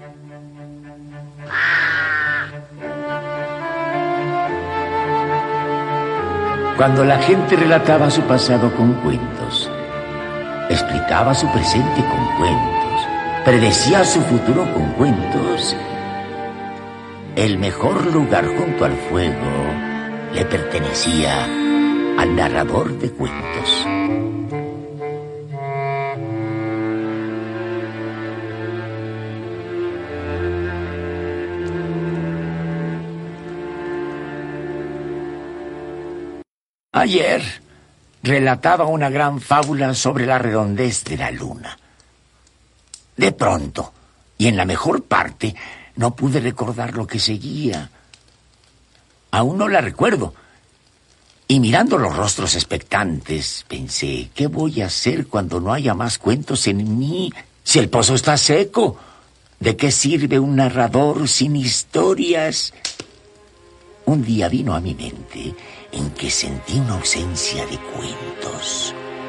Cuando la gente relataba su pasado con cuentos, explicaba su presente con cuentos, predecía su futuro con cuentos, el mejor lugar junto al fuego le pertenecía al narrador de cuentos. Ayer relataba una gran fábula sobre la redondez de la luna. De pronto, y en la mejor parte, no pude recordar lo que seguía. Aún no la recuerdo. Y mirando los rostros expectantes, pensé, ¿qué voy a hacer cuando no haya más cuentos en mí? Si el pozo está seco, ¿de qué sirve un narrador sin historias? Un día vino a mi mente en que sentí una ausencia de cuentos.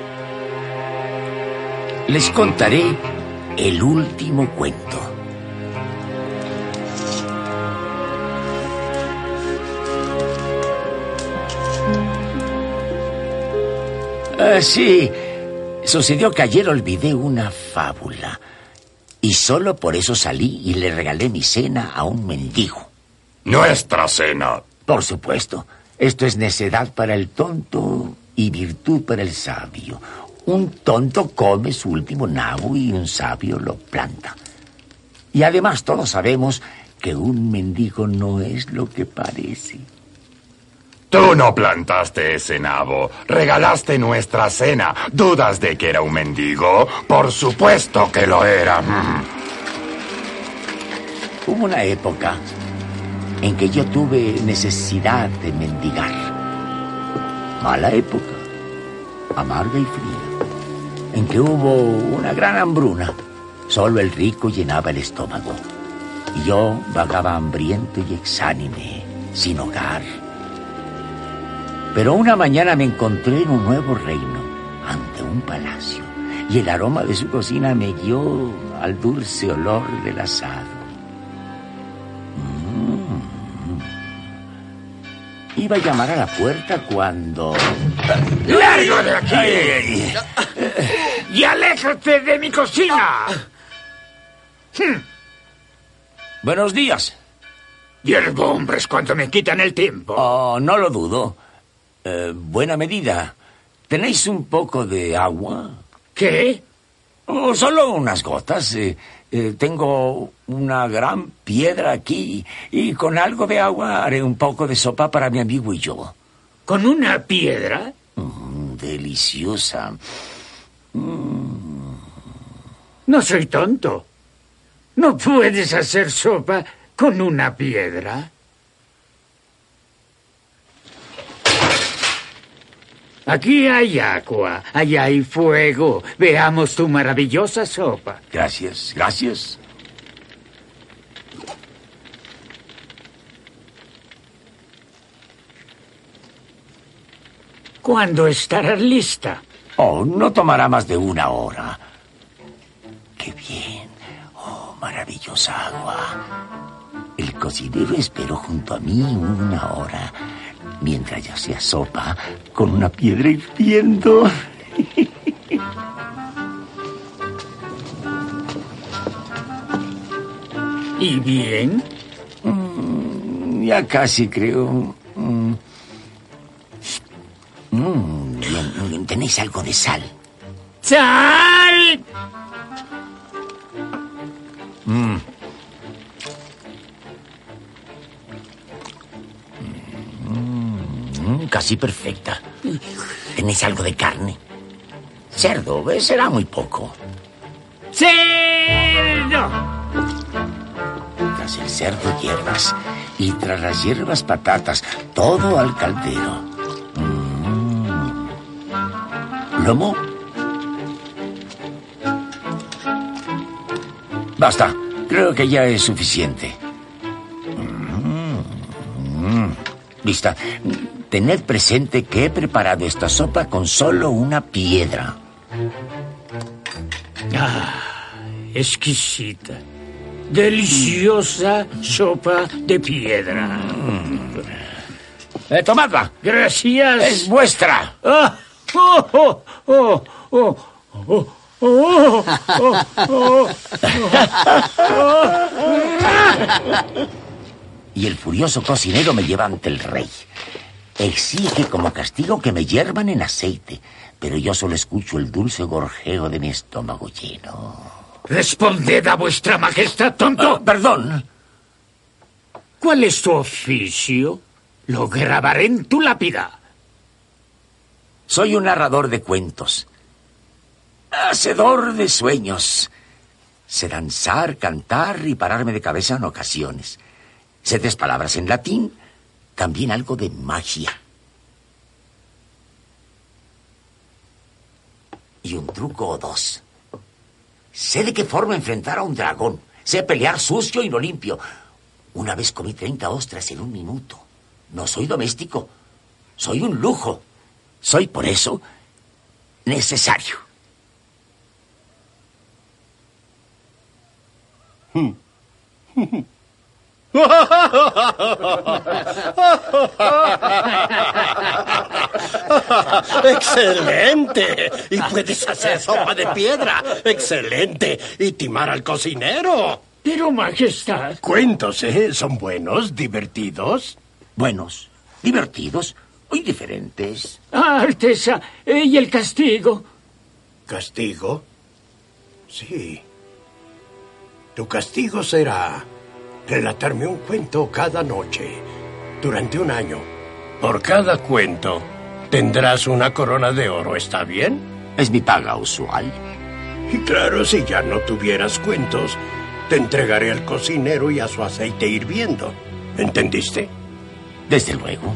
Les contaré el último cuento. Sí, sucedió que ayer olvidé una fábula y solo por eso salí y le regalé mi cena a un mendigo. Nuestra cena. Por supuesto. Esto es necedad para el tonto y virtud para el sabio. Un tonto come su último nabo y un sabio lo planta. Y además todos sabemos que un mendigo no es lo que parece. Tú no plantaste ese nabo, regalaste nuestra cena. ¿Dudas de que era un mendigo? Por supuesto que lo era. Hubo una época en que yo tuve necesidad de mendigar. Mala época, amarga y fría, en que hubo una gran hambruna. Solo el rico llenaba el estómago, y yo vagaba hambriento y exánime, sin hogar. Pero una mañana me encontré en un nuevo reino, ante un palacio, y el aroma de su cocina me guió al dulce olor del asado. Iba a llamar a la puerta cuando... ¡Largo de aquí! ¡Y aléjate de mi cocina! Buenos días. Hiervo hombres cuando me quitan el tiempo. Oh, no lo dudo. Buena medida. ¿Tenéis un poco de agua? ¿Qué? Oh, solo unas gotas. Tengo una gran piedra aquí y con algo de agua haré un poco de sopa para mi amigo y yo. ¿Con una piedra? Deliciosa. No soy tonto. ¿No puedes hacer sopa con una piedra? Aquí hay agua, allá hay fuego. Veamos tu maravillosa sopa. Gracias, gracias. ¿Cuándo estarás lista? Oh, no tomará más de 1 hora. ¡Qué bien! Oh, maravillosa agua. El cocinero esperó junto a mí 1 hora, mientras yo hacía sopa con una piedra hirviendo. ¿Y bien? Ya casi creo. Bien. ¿Tenéis algo de sal? ¡Sal! Casi perfecta. ¿Tenéis algo de carne? Cerdo, será muy poco. ¡Cerdo! Tras el cerdo, hierbas. Y tras las hierbas, patatas. Todo al caldero. ¿Lomo? Basta. Creo que ya es suficiente. Vista. Tened presente que he preparado esta sopa con solo una piedra. Exquisita. deliciosa sopa de piedra. Tomadla. Gracias. Es vuestra. Ah, oh, oh, oh, oh, oh, oh, oh, oh. Y el furioso cocinero me lleva ante el rey. Exige como castigo que me hiervan en aceite, pero yo solo escucho el dulce gorjeo de mi estómago lleno. Responded a vuestra majestad, tonto. Perdón. ¿Cuál es tu oficio? Lo grabaré en tu lápida. Soy un narrador de cuentos, hacedor de sueños. Sé danzar, cantar y pararme de cabeza en ocasiones. Sé 3 palabras en latín, también algo de magia. Y un truco o 2. Sé de qué forma enfrentar a un dragón. Sé pelear sucio y no limpio. Una vez comí 30 ostras en 1 minuto. No soy doméstico. Soy un lujo. Soy, por eso, necesario. ¡Excelente! Y puedes hacer sopa de piedra. ¡Excelente! Y timar al cocinero. Pero, majestad... Cuentos, ¿eh? ¿Son buenos, divertidos? Buenos, divertidos o indiferentes. Ah, Alteza, ¿y el castigo? ¿Castigo? Sí. Tu castigo será relatarme un cuento cada noche durante 1 año. Por cada cuento tendrás una corona de oro, ¿está bien? Es mi paga usual. Y claro, si ya no tuvieras cuentos, te entregaré al cocinero y a su aceite hirviendo. ¿Entendiste? Desde luego.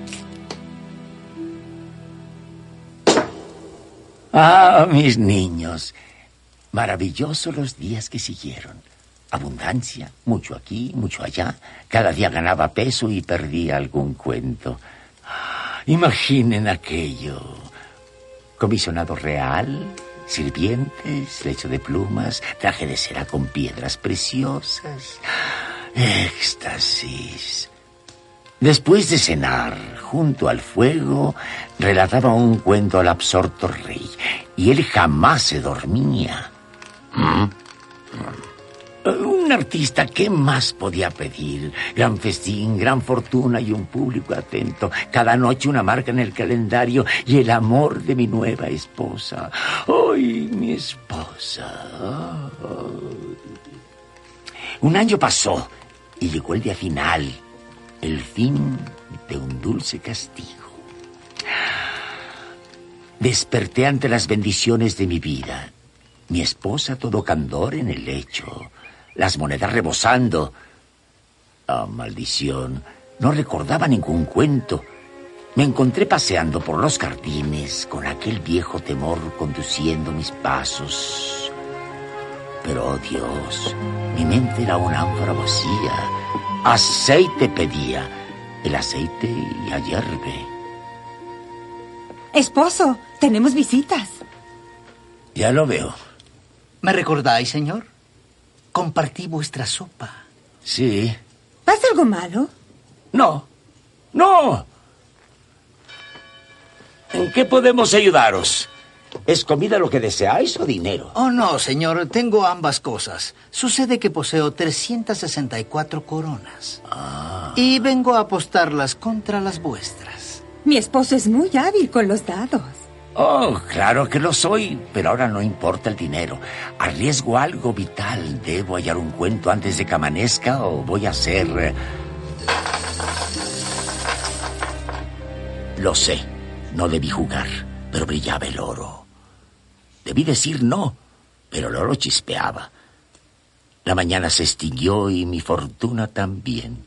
Ah, mis niños. Maravillosos los días que siguieron. Abundancia, mucho aquí, mucho allá. Cada día ganaba peso y perdía algún cuento. Imaginen aquello. Comisionado real, sirvientes, lecho de plumas, traje de cera con piedras preciosas. Éxtasis. Después de cenar, junto al fuego, relataba un cuento al absorto rey, y él jamás se dormía. Un artista, ¿qué más podía pedir? Gran festín, gran fortuna y un público atento. Cada noche una marca en el calendario y el amor de mi nueva esposa. ¡Ay, mi esposa! ¡Ay! 1 año pasó y llegó el día final. El fin de un dulce castigo. Desperté ante las bendiciones de mi vida. Mi esposa todo candor en el lecho. Las monedas rebosando. Oh, maldición. No recordaba ningún cuento. Me encontré paseando por los jardines con aquel viejo temor conduciendo mis pasos. Pero, oh Dios, mi mente era una ánfora vacía. Aceite pedía. El aceite y a hierve. Esposo, tenemos visitas. Ya lo veo. ¿Me recordáis, señor? Compartí vuestra sopa. Sí. ¿Pasa algo malo? No. ¡No! ¿En qué podemos ayudaros? ¿Es comida lo que deseáis o dinero? Oh, no, señor. Tengo ambas cosas. Sucede que poseo 364 coronas. Y vengo a apostarlas contra las vuestras. Mi esposo es muy hábil con los dados. Oh, claro que lo soy, pero ahora no importa el dinero. Arriesgo algo vital. ¿Debo hallar un cuento antes de que amanezca o voy a ser...? Lo sé, no debí jugar, pero brillaba el oro. Debí decir no, pero el oro chispeaba. La mañana se extinguió y mi fortuna también.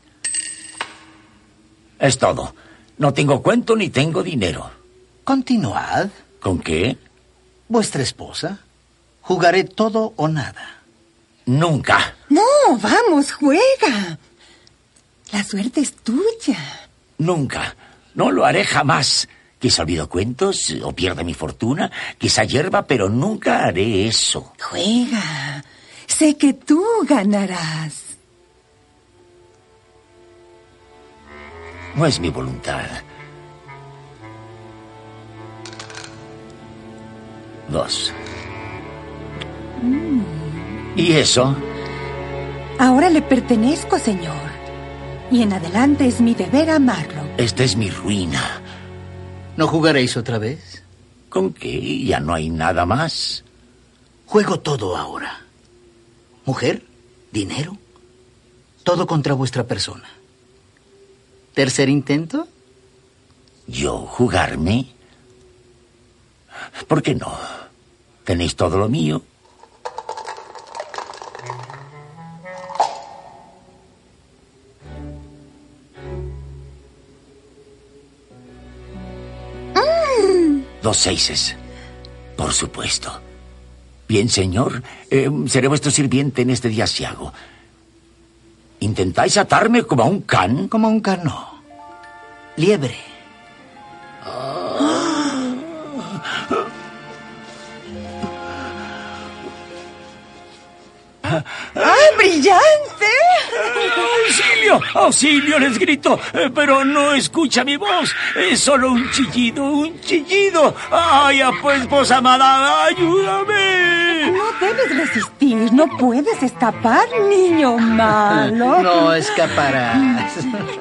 Es todo. No tengo cuento ni tengo dinero. Continuad. ¿Con qué? Vuestra esposa. Jugaré todo o nada. Nunca. No, vamos, juega. La suerte es tuya. Nunca. No lo haré jamás. Quizá olvido cuentos o pierda mi fortuna. Quizá hierva, pero nunca haré eso. Juega. Sé que tú ganarás. No es mi voluntad. 2. ¿Y eso? Ahora le pertenezco, señor. Y en adelante es mi deber amarlo. Esta es mi ruina. ¿No jugaréis otra vez? ¿Con qué? Ya no hay nada más. Juego todo ahora. Mujer, dinero, todo contra vuestra persona. ¿Tercer intento? ¿Yo jugarme? ¿Por qué no? Tenéis todo lo mío. Dos 6. Por supuesto. Bien, señor, seré vuestro sirviente en este día aciago. ¿Intentáis atarme como a un can? Como un can, no. Liebre. ¡Ah, brillante! ¡Auxilio! ¡Auxilio! Les grito, pero no escucha mi voz. Es solo un chillido, un chillido. ¡Ay, pues, vos, amada, ayúdame! No debes resistir, no puedes escapar, niño malo. No escaparás.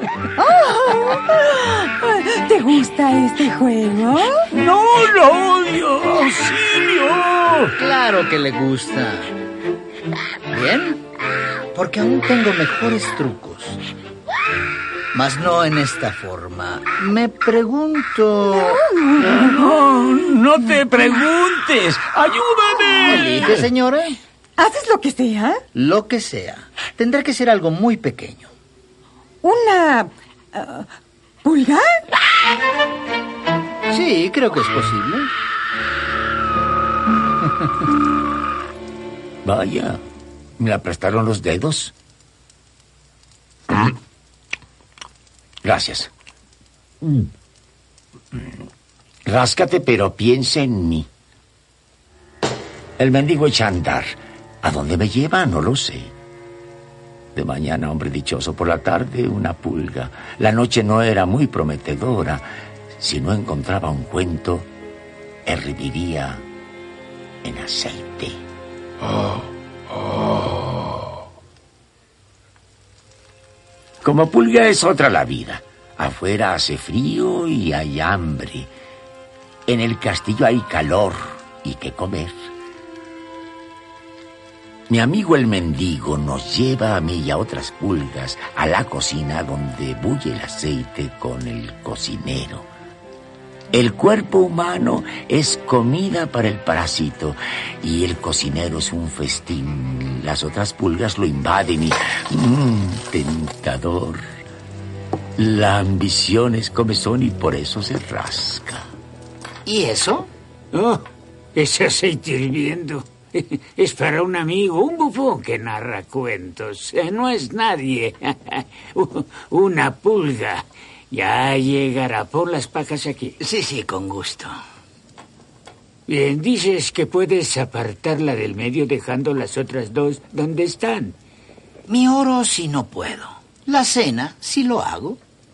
¿Te gusta este juego? ¡No, lo odio! ¡Auxilio! Claro que le gusta. Bien, porque aún tengo mejores trucos. Mas no en esta forma. Me pregunto... No te preguntes. ¡Ayúdame! ¿Elige, señora? ¿Haces lo que sea? Lo que sea. Tendrá que ser algo muy pequeño. ¿Una... pulga? Sí, creo que es posible. Vaya, ¿me aplastaron los dedos? Gracias. Ráscate, pero piensa en mí. El mendigo echa a andar. ¿A dónde me lleva? No lo sé. De mañana, hombre dichoso, por la tarde, una pulga. La noche no era muy prometedora. Si no encontraba un cuento, herviría en aceite. Como pulga es otra la vida. Afuera hace frío y hay hambre. En el castillo hay calor y qué comer. Mi amigo el mendigo nos lleva a mí y a otras pulgas a la cocina donde bulle el aceite con el cocinero. El cuerpo humano es comida para el parásito y el cocinero es un festín. Las otras pulgas lo invaden y... tentador. La ambición es comezón y por eso se rasca. ¿Y eso? Oh, ese aceite hirviendo. Es para un amigo, un bufón que narra cuentos. No es nadie. Una pulga. Ya llegará por las pajas aquí. Sí, con gusto. Bien, dices que puedes apartarla del medio dejando las otras dos donde están. Mi oro sí no puedo. La cena sí lo hago.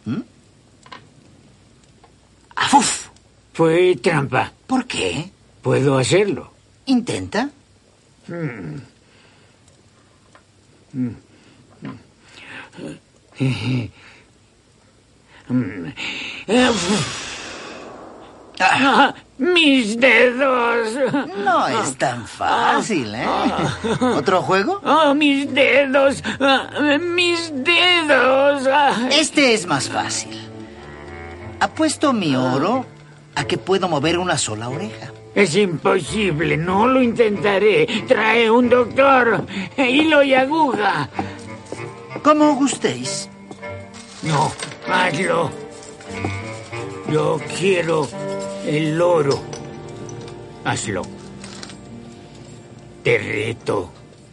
¡Afuf! Fue trampa. ¿Por qué? Puedo hacerlo. Intenta. ¡Mis dedos! No es tan fácil, ¿eh? ¿Otro juego? ¡Oh, mis dedos! ¡Mis dedos! Este es más fácil. Apuesto mi oro a que puedo mover una sola oreja. Es imposible, no lo intentaré. Trae un doctor, hilo y aguja. Como gustéis. No, hazlo. Yo quiero el oro. Hazlo. Te reto.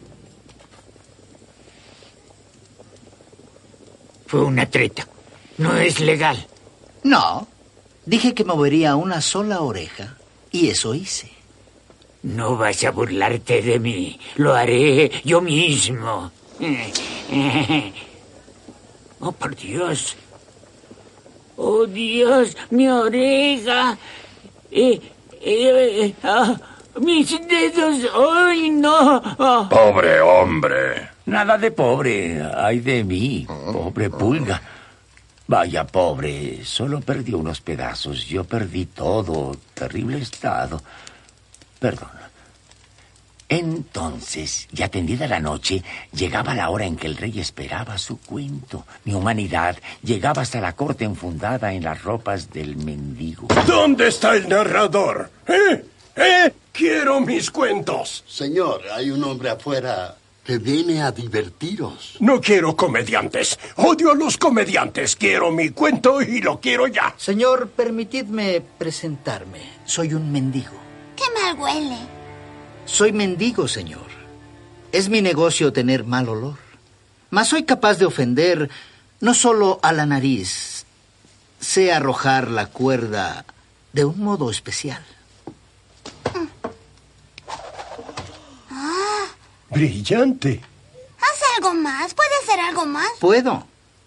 Fue una treta. No es legal. No. Dije que movería una sola oreja y eso hice. No vas a burlarte de mí. Lo haré yo mismo. Oh, por Dios. Oh, Dios, mi oreja. Mis dedos. ¡Ay, no! Pobre hombre. Nada de pobre. Ay de mí, pobre pulga. Vaya, pobre. Solo perdió unos pedazos. Yo perdí todo. Terrible estado. Perdón. Entonces, ya tendida la noche, llegaba la hora en que el rey esperaba su cuento. Mi humanidad llegaba hasta la corte enfundada en las ropas del mendigo. ¿Dónde está el narrador? Quiero mis cuentos. Señor, hay un hombre afuera que viene a divertiros. No quiero comediantes. Odio a los comediantes. Quiero mi cuento y lo quiero ya. Señor, permitidme presentarme. Soy un mendigo. ¡Qué mal huele! Soy mendigo, señor. Es mi negocio tener mal olor. Mas soy capaz de ofender no solo a la nariz. Sé arrojar la cuerda de un modo especial. Brillante. Haz algo más. ¿Puede hacer algo más? ¿Puedo?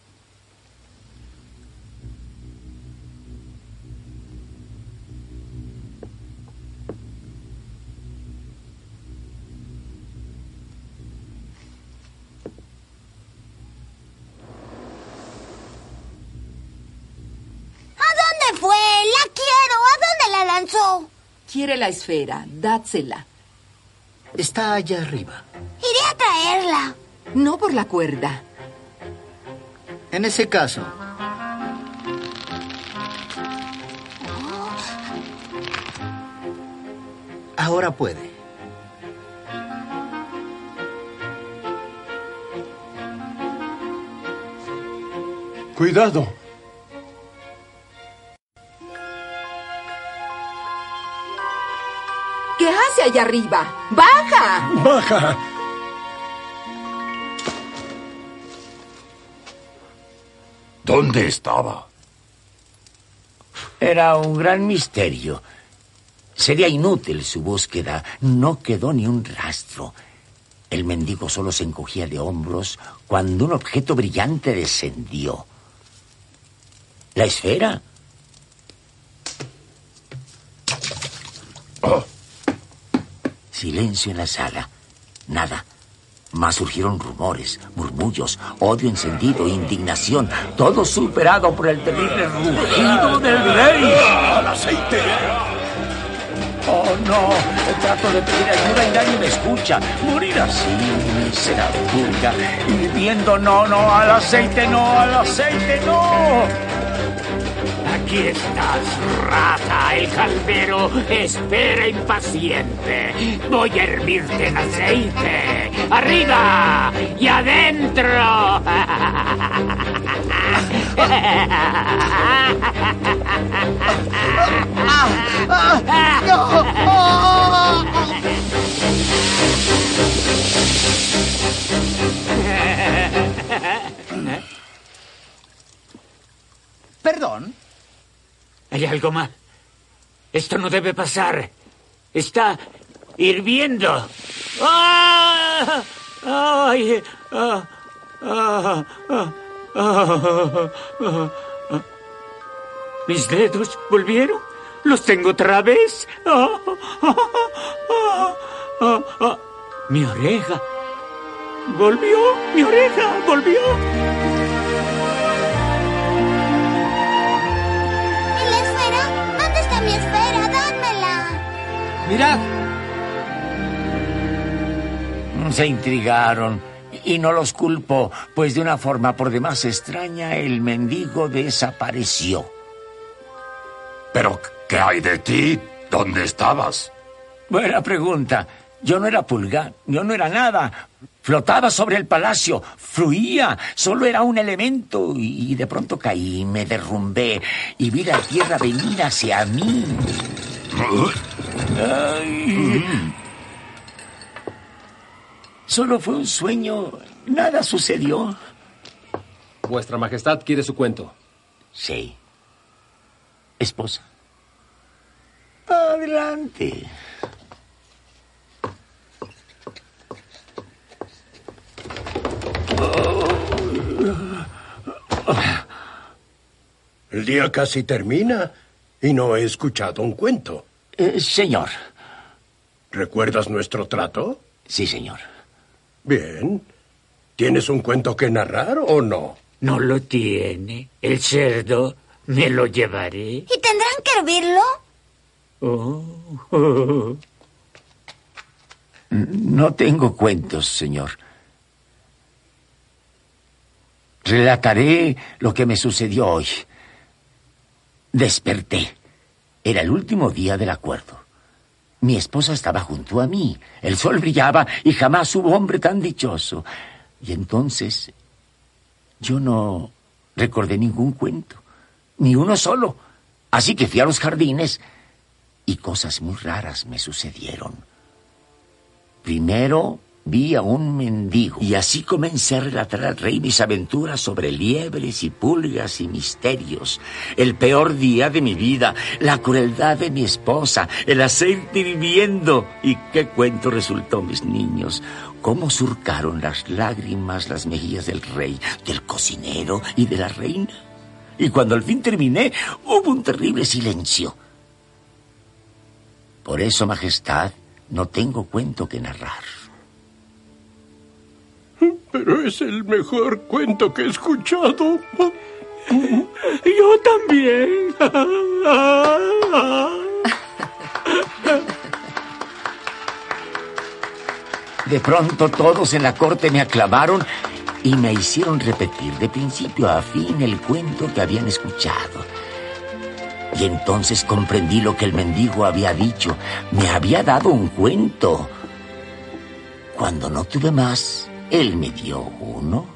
Fue, la quiero. ¿A dónde la lanzó? Quiere la esfera, dádsela. Está allá arriba. Iré a traerla. No por la cuerda. En ese caso. Ahora puede. Cuidado. ¿Qué hace allá arriba? ¡Baja! ¡Baja! ¿Dónde estaba? Era un gran misterio. Sería inútil su búsqueda. No quedó ni un rastro. El mendigo solo se encogía de hombros cuando un objeto brillante descendió. ¿La esfera? Silencio en la sala. Nada. Más surgieron rumores, murmullos, odio encendido, indignación. Todo superado por el terrible rugido del rey. ¡Al aceite! Oh, no. Trato de pedir ayuda y nadie me escucha. Morir así, miserable pulga. Hirviendo, no, al aceite, no. Aquí estás, rata. El caldero espera impaciente. Voy a hervirte en aceite. ¡Arriba! ¡Y adentro! ¿Perdón? Hay algo mal. Esto no debe pasar. Está hirviendo. ¡Ah! ¡Ay! ¿Mis dedos volvieron? ¿Los tengo otra vez? Mi oreja. ¿Volvió? Mi oreja volvió. ¿Y la esfera? ¿Dónde está mi esfera? ¡Dámela! Mirad. Se intrigaron y no los culpo, pues de una forma por demás extraña el mendigo desapareció. ¿Pero qué hay de ti? ¿Dónde estabas? Buena pregunta. Yo no era pulga, yo no era nada. Flotaba sobre el palacio, fluía, solo era un elemento y de pronto caí, me derrumbé y vi la tierra venir hacia mí. Ay. Solo fue un sueño, nada sucedió. Vuestra Majestad quiere su cuento. Sí. Esposa. Adelante. El día casi termina y no he escuchado un cuento. Señor. ¿Recuerdas nuestro trato? Sí, señor. Bien. ¿Tienes un cuento que narrar o no? No lo tiene. El cerdo me lo llevaré. ¿Y tendrán que hervirlo? No tengo cuentos, señor. Relataré lo que me sucedió hoy. Desperté. Era el último día del acuerdo. Mi esposa estaba junto a mí. El sol brillaba y jamás hubo hombre tan dichoso. Y entonces yo no recordé ningún cuento, ni uno solo. Así que fui a los jardines y cosas muy raras me sucedieron. Primero vi a un mendigo y así comencé a relatar al rey mis aventuras sobre liebres y pulgas y misterios. El peor día de mi vida, la crueldad de mi esposa, el aceite hirviendo. ¿Y qué cuento resultó, mis niños? Cómo surcaron las lágrimas las mejillas del rey, del cocinero y de la reina. Y cuando al fin terminé, hubo un terrible silencio. Por eso, Majestad, no tengo cuento que narrar. Pero es el mejor cuento que he escuchado. Yo también. De pronto todos en la corte me aclamaron y me hicieron repetir de principio a fin el cuento que habían escuchado. Y entonces comprendí lo que el mendigo había dicho. Me había dado un cuento. Cuando no tuve más, él me dio uno.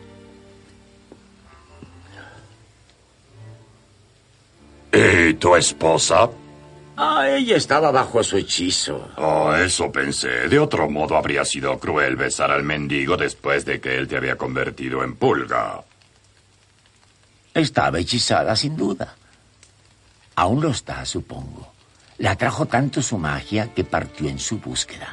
¿Y tu esposa? Ella estaba bajo su hechizo. Oh, eso pensé. De otro modo habría sido cruel besar al mendigo después de que él te había convertido en pulga. Estaba hechizada, sin duda. Aún lo está, supongo. La atrajo tanto su magia que partió en su búsqueda.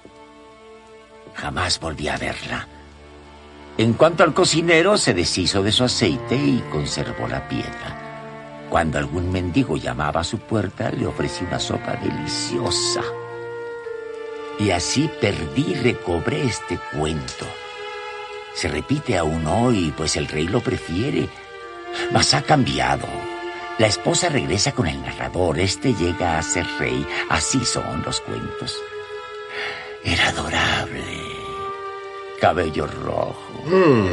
Jamás volví a verla. En cuanto al cocinero, se deshizo de su aceite y conservó la piedra. Cuando algún mendigo llamaba a su puerta, le ofrecí una sopa deliciosa. Y así perdí y recobré este cuento. Se repite aún hoy, pues el rey lo prefiere. Mas ha cambiado. La esposa regresa con el narrador. Este llega a ser rey. Así son los cuentos. Era adorable. Cabello rojo.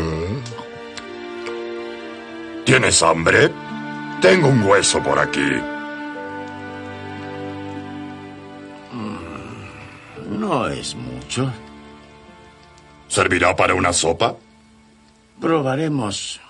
¿Tienes hambre? Tengo un hueso por aquí. No es mucho. ¿Servirá para una sopa? Probaremos.